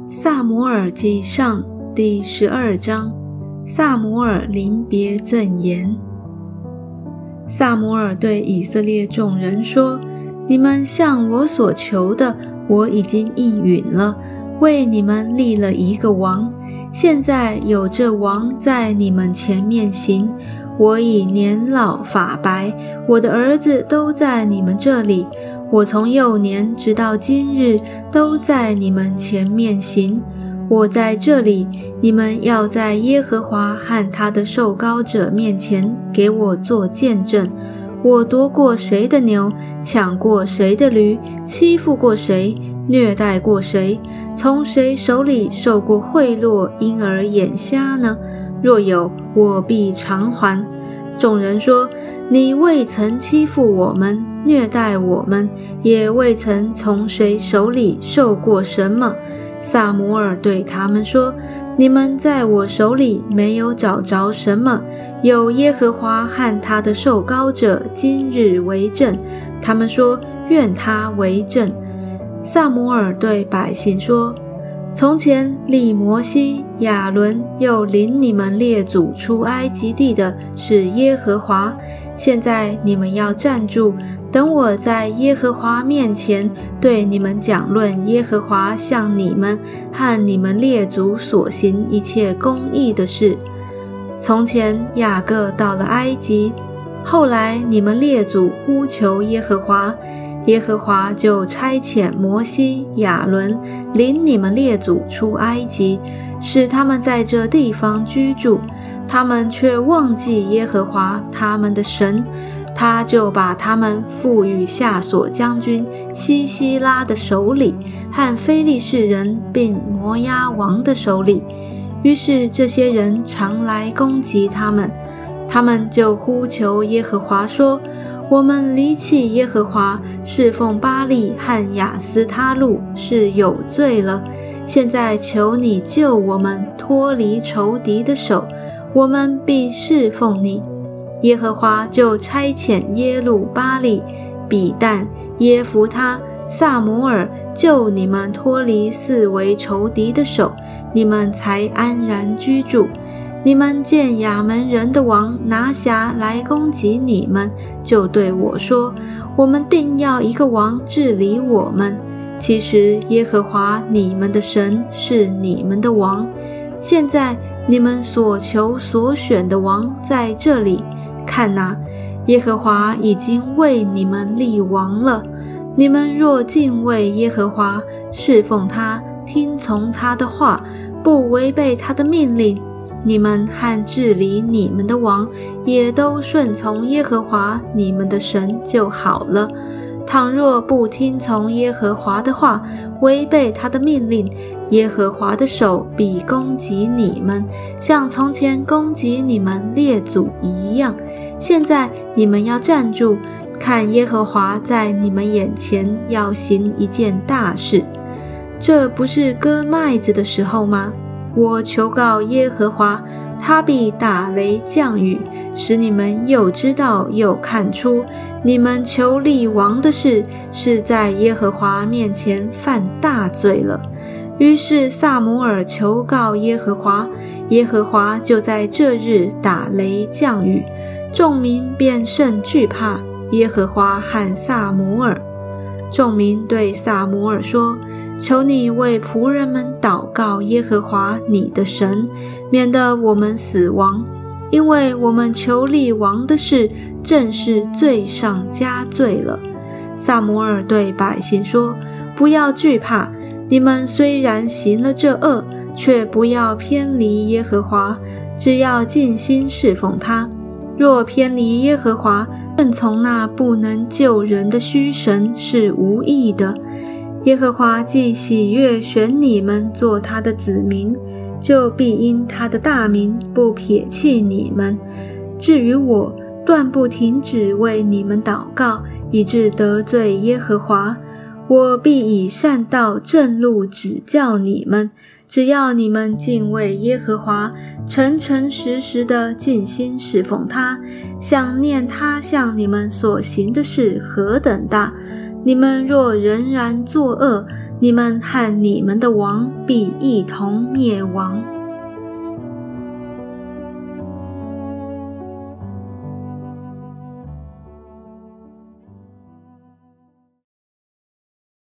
撒母耳记上第12章，撒母耳临别赠言。撒母耳对以色列众人说：你们向我所求的，我已经应允了，为你们立了一个王。现在有这王在你们前面行，我已年老发白，我的儿子都在你们这里，我从幼年直到今日都在你们前面行。我在这里，你们要在耶和华和他的受膏者面前给我做见证。我夺过谁的牛，抢过谁的驴，欺负过谁，虐待过谁，从谁手里受过贿赂，因而眼瞎呢？若有，我必偿还。众人说：你未曾欺负我们，虐待我们，也未曾从谁手里受过什么。撒母耳对他们说：你们在我手里没有找着什么，有耶和华和他的受膏者今日为证。他们说：愿他为证。撒母耳对百姓说：从前立摩西、亚伦，又领你们列祖出埃及地的是耶和华。现在你们要站住，等我在耶和华面前对你们讲论耶和华向你们和你们列祖所行一切公义的事。从前雅各到了埃及，后来你们列祖呼求耶和华，耶和华就差遣摩西、亚伦领你们列祖出埃及，使他们在这地方居住。他们却忘记耶和华他们的神，他就把他们付与夏所将军西西拉的手里，和非利士人并摩押王的手里。于是这些人常来攻击他们，他们就呼求耶和华说：我们离弃耶和华，侍奉巴力和亚斯他路，是有罪了。现在求你救我们脱离仇敌的手，我们必侍奉你。耶和华就差遣耶路巴力、比但、耶弗他、撒母耳救你们脱离四围仇敌的手，你们才安然居住。你们见亚门人的王拿辖来攻击你们，就对我说：我们定要一个王治理我们。其实耶和华你们的神是你们的王。现在你们所求所选的王在这里，看哪，耶和华已经为你们立王了。你们若敬畏耶和华，侍奉他，听从他的话，不违背他的命令，你们和治理你们的王也都顺从耶和华你们的神就好了。倘若不听从耶和华的话，违背他的命令，耶和华的手必攻击你们，像从前攻击你们列祖一样。现在你们要站住，看耶和华在你们眼前要行一件大事。这不是割麦子的时候吗？我求告耶和华，他必打雷降雨，使你们又知道又看出，你们求立王的事是在耶和华面前犯大罪了。于是撒母耳求告耶和华，耶和华就在这日打雷降雨，众民便甚惧怕耶和华和撒母耳。众民对撒母耳说：求你为仆人们祷告耶和华你的神，免得我们死亡，因为我们求立王的事正是罪上加罪了。撒母耳对百姓说：不要惧怕，你们虽然行了这恶，却不要偏离耶和华，只要尽心侍奉他。若偏离耶和华，顺从那不能救人的虚神，是无益的。耶和华既喜悦选你们做他的子民，就必因他的大名不撇弃你们。至于我，断不停止为你们祷告，以致得罪耶和华。我必以善道正路指教你们，只要你们敬畏耶和华，诚诚实实的尽心侍奉他，想念他向你们所行的事何等大， 你们若仍然作恶，你们和你们的王必一同灭亡。